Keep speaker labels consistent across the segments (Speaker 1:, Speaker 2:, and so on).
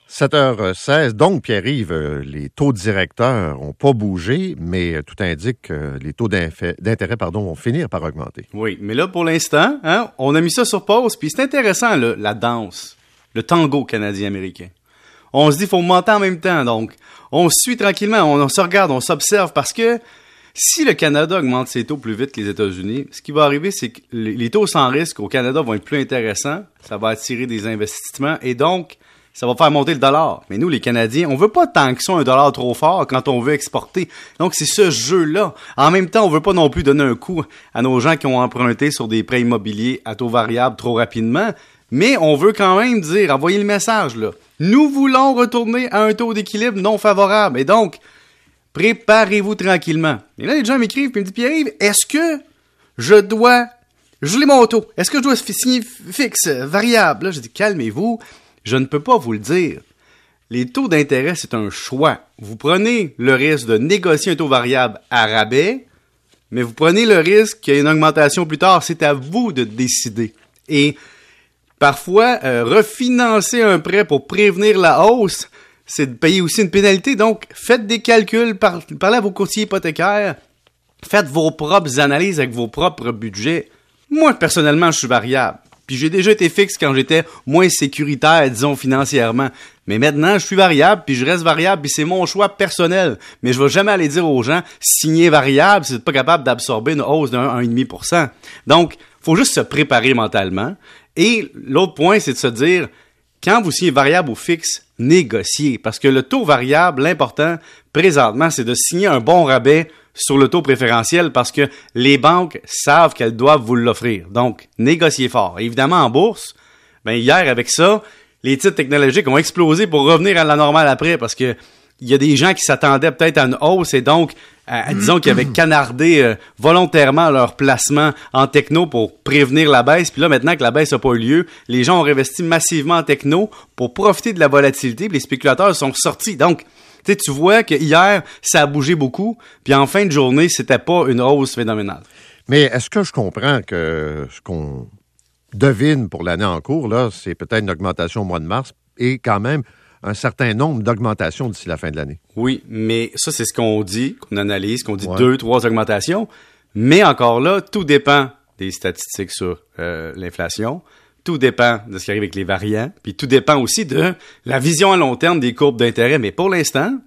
Speaker 1: 7h16. Donc, Pierre-Yves, les taux directeurs n'ont pas bougé, mais tout indique que les taux d'intérêt vont finir par augmenter.
Speaker 2: Oui, mais là, pour l'instant, on a mis ça sur pause, puis c'est intéressant, là, la danse, le tango canadien-américain. On se dit, il faut monter en même temps, donc on se suit tranquillement, on se regarde, on s'observe, parce que si le Canada augmente ses taux plus vite que les États-Unis, ce qui va arriver, c'est que les taux sans risque au Canada vont être plus intéressants, ça va attirer des investissements, et donc, ça va faire monter le dollar. Mais nous, les Canadiens, on veut pas tant que ça un dollar trop fort quand on veut exporter. Donc, c'est ce jeu-là. En même temps, on veut pas non plus donner un coup à nos gens qui ont emprunté sur des prêts immobiliers à taux variable trop rapidement. Mais on veut quand même dire, envoyer le message, là. Nous voulons retourner à un taux d'équilibre non favorable. Et donc, préparez-vous tranquillement. Et là, les gens m'écrivent et me disent, Pierre-Yves, est-ce que je dois geler mon taux? Est-ce que je dois signer fixe, variable? Là, je dis, calmez-vous. Je ne peux pas vous le dire. Les taux d'intérêt, c'est un choix. Vous prenez le risque de négocier un taux variable à rabais, mais vous prenez le risque qu'il y ait une augmentation plus tard. C'est à vous de décider. Et parfois, refinancer un prêt pour prévenir la hausse, c'est de payer aussi une pénalité. Donc, faites des calculs, parlez à vos courtiers hypothécaires, faites vos propres analyses avec vos propres budgets. Moi, personnellement, je suis variable. Puis j'ai déjà été fixe quand j'étais moins sécuritaire, disons, financièrement. Mais maintenant, je suis variable, puis je reste variable, puis c'est mon choix personnel. Mais je vais jamais aller dire aux gens, signer variable, si vous n'êtes pas capable d'absorber une hausse de 1,5%. Donc, faut juste se préparer mentalement. Et l'autre point, c'est de se dire, quand vous signez variable ou fixe, négociez. Parce que le taux variable, l'important, présentement, c'est de signer un bon rabais sur le taux préférentiel parce que les banques savent qu'elles doivent vous l'offrir. Donc, négociez fort. Et évidemment, en bourse, hier, avec ça, les titres technologiques ont explosé pour revenir à la normale après parce que il y a des gens qui s'attendaient peut-être à une hausse et donc, disons qu'ils avaient canardé volontairement leur placement en techno pour prévenir la baisse. Puis là, maintenant que la baisse n'a pas eu lieu, les gens ont réinvesti massivement en techno pour profiter de la volatilité. Puis les spéculateurs sont sortis. Donc, tu vois que hier, ça a bougé beaucoup, puis en fin de journée, c'était pas une hausse phénoménale.
Speaker 1: Mais est-ce que je comprends que ce qu'on devine pour l'année en cours, là, c'est peut-être une augmentation au mois de mars et quand même un certain nombre d'augmentations d'ici la fin de l'année?
Speaker 2: Oui, mais ça, c'est ce qu'on dit, qu'on analyse, qu'on dit 2, 3 augmentations. Mais encore là, tout dépend des statistiques sur l'inflation. Tout dépend de ce qui arrive avec les variants, puis tout dépend aussi de la vision à long terme des courbes d'intérêt. Mais pour l'instant,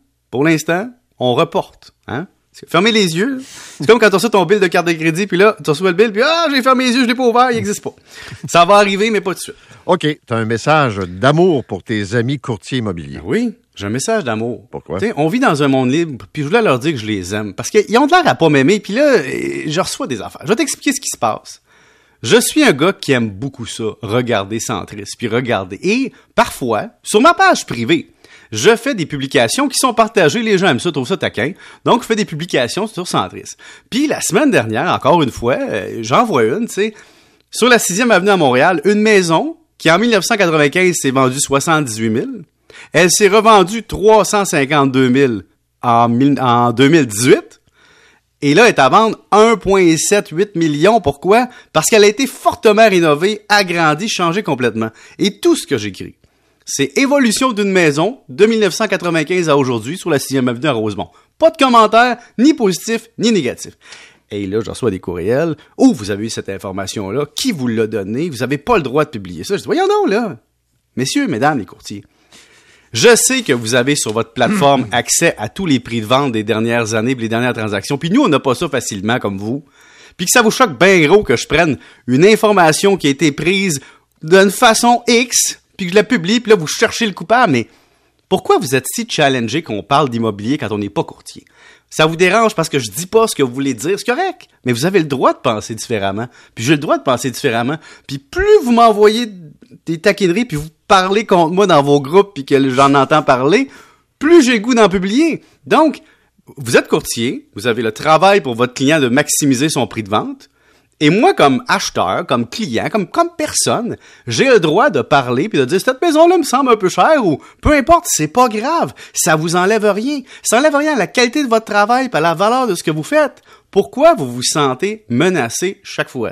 Speaker 2: on reporte. Fermez les yeux. C'est comme quand tu reçois ton bill de carte de crédit, puis là, tu reçois le bill, puis j'ai fermé les yeux, je l'ai pas ouvert, il n'existe pas. Ça va arriver, mais pas tout de suite.
Speaker 1: OK, tu as un message d'amour pour tes amis courtiers immobiliers.
Speaker 2: Oui, j'ai un message d'amour.
Speaker 1: Pourquoi?
Speaker 2: On vit dans un monde libre, puis je voulais leur dire que je les aime, parce qu'ils ont de l'air à pas m'aimer, puis là, je reçois des affaires. Je vais t'expliquer ce qui se passe. Je suis un gars qui aime beaucoup ça, regarder Centris, puis regarder. Et parfois, sur ma page privée, je fais des publications qui sont partagées. Les gens aiment ça, trouvent ça taquin. Donc, je fais des publications sur Centris. Puis, la semaine dernière, encore une fois, j'en vois une, tu sais, sur la 6e avenue à Montréal, une maison qui, en 1995, s'est vendue 78 000. Elle s'est revendue 352 000 en 2018. Et là, elle est à vendre 1,78 million. Pourquoi? Parce qu'elle a été fortement rénovée, agrandie, changée complètement. Et tout ce que j'écris, c'est évolution d'une maison de 1995 à aujourd'hui sur la 6e avenue à Rosemont. Pas de commentaires, ni positifs, ni négatifs. Et là, je reçois des courriels. Où vous avez eu cette information-là? Qui vous l'a donné? Vous n'avez pas le droit de publier ça. Je dis, voyons donc, là. Messieurs, mesdames, les courtiers. Je sais que vous avez sur votre plateforme accès à tous les prix de vente des dernières années et les dernières transactions. Puis nous, on n'a pas ça facilement comme vous. Puis que ça vous choque bien gros que je prenne une information qui a été prise d'une façon X, puis que je la publie, puis là, vous cherchez le coupable. Mais pourquoi vous êtes si challengé qu'on parle d'immobilier quand on n'est pas courtier? Ça vous dérange parce que je dis pas ce que vous voulez dire, c'est correct. Mais vous avez le droit de penser différemment. Puis j'ai le droit de penser différemment. Puis plus vous m'envoyez des taquineries, puis vous parlez contre moi dans vos groupes, puis que j'en entends parler, plus j'ai le goût d'en publier. Donc, vous êtes courtier, vous avez le travail pour votre client de maximiser son prix de vente. Et moi, comme acheteur, comme client, comme personne, j'ai le droit de parler puis de dire cette maison-là me semble un peu chère ou peu importe, c'est pas grave, ça vous enlève rien. Ça enlève rien à la qualité de votre travail, pas à la valeur de ce que vous faites. Pourquoi vous vous sentez menacé chaque fois?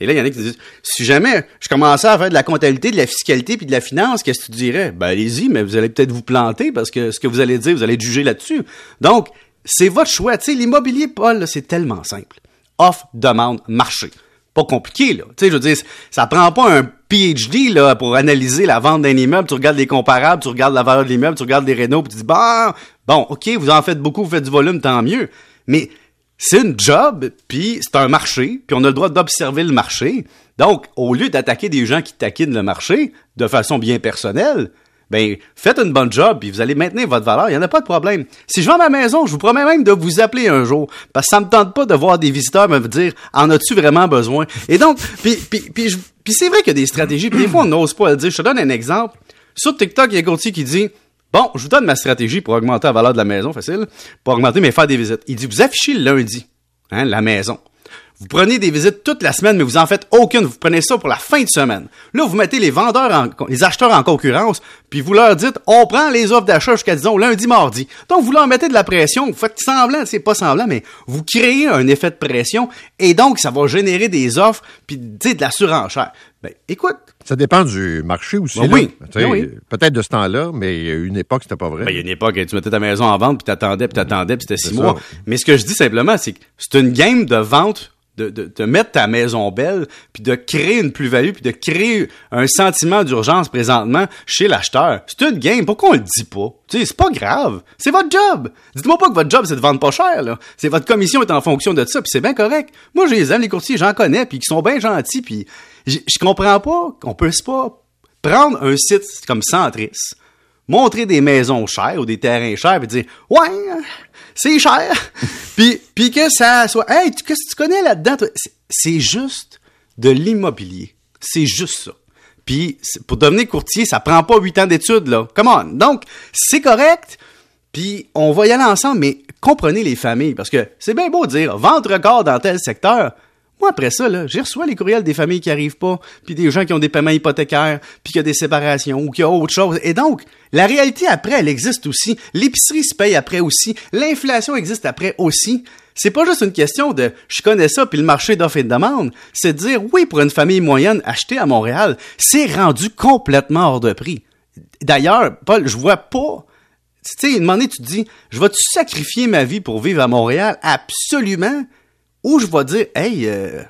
Speaker 2: Et là, il y en a qui disent, si jamais je commençais à faire de la comptabilité, de la fiscalité puis de la finance, qu'est-ce que tu dirais? Ben, allez-y, mais vous allez peut-être vous planter parce que ce que vous allez dire, vous allez être jugé là-dessus. Donc, c'est votre choix. Tu sais, l'immobilier, Paul, là, c'est tellement simple. Offre, demande, marché. Pas compliqué, là. Tu sais, je veux dire, ça prend pas un PhD, là, pour analyser la vente d'un immeuble. Tu regardes les comparables, tu regardes la valeur de l'immeuble, tu regardes les rénaux, puis tu dis, bon, OK, vous en faites beaucoup, vous faites du volume, tant mieux. Mais c'est une job, puis c'est un marché, puis on a le droit d'observer le marché. Donc, au lieu d'attaquer des gens qui taquinent le marché de façon bien personnelle, ben, faites une bonne job, puis vous allez maintenir votre valeur, il n'y en a pas de problème. Si je vends ma maison, je vous promets même de vous appeler un jour, parce que ça me tente pas de voir des visiteurs me dire « En as-tu vraiment besoin? » Et donc, puis c'est vrai qu'il y a des stratégies, puis des fois, on n'ose pas le dire. Je te donne un exemple. Sur TikTok, il y a un courtier qui dit « Bon, je vous donne ma stratégie pour augmenter la valeur de la maison, facile, pour augmenter, mais faire des visites. » Il dit « Vous affichez le lundi, la maison. Vous prenez des visites toute la semaine, mais vous en faites aucune. Vous prenez ça pour la fin de semaine. Là, vous mettez les acheteurs en concurrence, puis vous leur dites, on prend les offres d'achat jusqu'à, disons, lundi, mardi. Donc, vous leur mettez de la pression. Vous faites semblant, c'est pas semblant, mais vous créez un effet de pression, et donc, ça va générer des offres, puis, tu sais, de la surenchère. Ben, écoute.
Speaker 1: Ça dépend du marché aussi.
Speaker 2: Ben oui.
Speaker 1: Peut-être de ce temps-là, mais il y a une époque, c'était pas vrai.
Speaker 2: Ben, il y a une époque, tu mettais ta maison en vente, puis t'attendais, puis c'était 6 mois. Mais ce que je dis simplement, c'est que c'est une game de vente, de mettre ta maison belle, puis de créer une plus-value, puis de créer un sentiment d'urgence présentement chez l'acheteur. C'est une game. Pourquoi on le dit pas? Tu sais, c'est pas grave. C'est votre job. Dites-moi pas que votre job, c'est de vendre pas cher, là. C'est votre commission est en fonction de ça, puis c'est bien correct. Moi, je les aime, les courtiers, j'en connais, puis qui sont bien gentils, puis je comprends pas qu'on puisse pas prendre un site comme Centris, montrer des maisons chères ou des terrains chers, puis dire « Ouais, c'est cher! » Puis que ça soit « Hey, qu'est-ce que tu connais là-dedans? » C'est juste de l'immobilier. C'est juste ça. Puis pour devenir courtier, ça prend pas 8 ans d'études, là. Come on! Donc, c'est correct, puis on va y aller ensemble, mais comprenez les familles, parce que c'est bien beau de dire « Vente record dans tel secteur ». Moi, après ça, là, j'ai reçu les courriels des familles qui arrivent pas, puis des gens qui ont des paiements hypothécaires, puis qu'il y a des séparations, ou qu'il y a autre chose. Et donc, la réalité après, elle existe aussi. L'épicerie se paye après aussi. L'inflation existe après aussi. C'est pas juste une question de « je connais ça » puis le marché d'offre et de demande. C'est de dire « oui, pour une famille moyenne, acheter à Montréal, c'est rendu complètement hors de prix. » D'ailleurs, Paul, je vois pas... Tu sais, à un moment donné, tu te dis « je vais-tu sacrifier ma vie pour vivre à Montréal? » Absolument. Ou je vais dire, hey,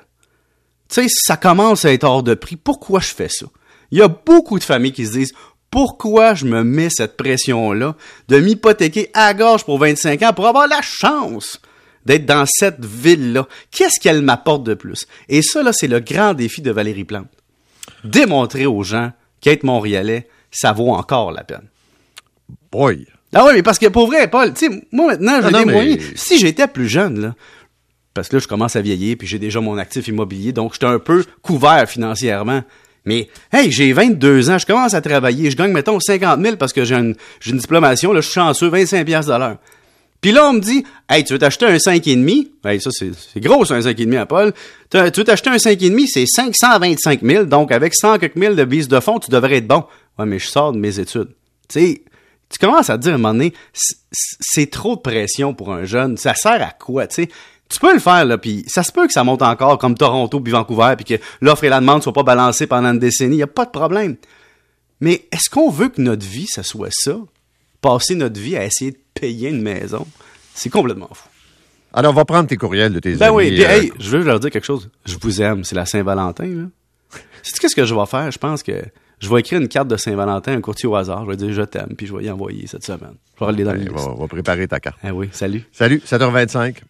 Speaker 2: tu sais, ça commence à être hors de prix. Pourquoi je fais ça? Il y a beaucoup de familles qui se disent, pourquoi je me mets cette pression-là de m'hypothéquer à gorge pour 25 ans pour avoir la chance d'être dans cette ville-là? Qu'est-ce qu'elle m'apporte de plus? Et ça, là, c'est le grand défi de Valérie Plante. Démontrer aux gens qu'être Montréalais, ça vaut encore la peine.
Speaker 1: Boy!
Speaker 2: Ah oui, mais parce que pour vrai, Paul, tu sais, moi maintenant, j'ai des moyens. Si j'étais plus jeune, là, parce que là, je commence à vieillir, puis j'ai déjà mon actif immobilier, donc j'étais un peu couvert financièrement. Mais, hey, j'ai 22 ans, je commence à travailler, je gagne, mettons, 50 000 parce que j'ai une diplomation, là, je suis chanceux, 25 $ de l'heure. Puis là, on me dit, hey, tu veux t'acheter un 5,5? Hey, ça, c'est gros, ça, un 5,5 à Paul. Tu veux t'acheter un 5,5, c'est 525 000, donc avec 100 quelques mille de bise de fonds, tu devrais être bon. Ouais, mais je sors de mes études. Tu sais, tu commences à te dire à un moment donné, c'est trop de pression pour un jeune, ça sert à quoi, tu sais? Tu peux le faire, là, puis ça se peut que ça monte encore comme Toronto puis Vancouver, puis que l'offre et la demande soient pas balancées pendant une décennie, il n'y a pas de problème. Mais est-ce qu'on veut que notre vie, ça soit ça? Passer notre vie à essayer de payer une maison? C'est complètement fou.
Speaker 1: Alors, on va prendre tes courriels de tes amis.
Speaker 2: Ben oui, puis hey, je veux leur dire quelque chose. Je vous aime, c'est la Saint-Valentin, là. Sais-tu qu'est-ce que je vais faire? Je pense que je vais écrire une carte de Saint-Valentin à un courtier au hasard. Je vais dire « je t'aime » puis je vais y envoyer cette semaine. Je vais aller dans le
Speaker 1: On va préparer ta carte.
Speaker 2: Ah oui, salut.
Speaker 1: Salut, 7h25.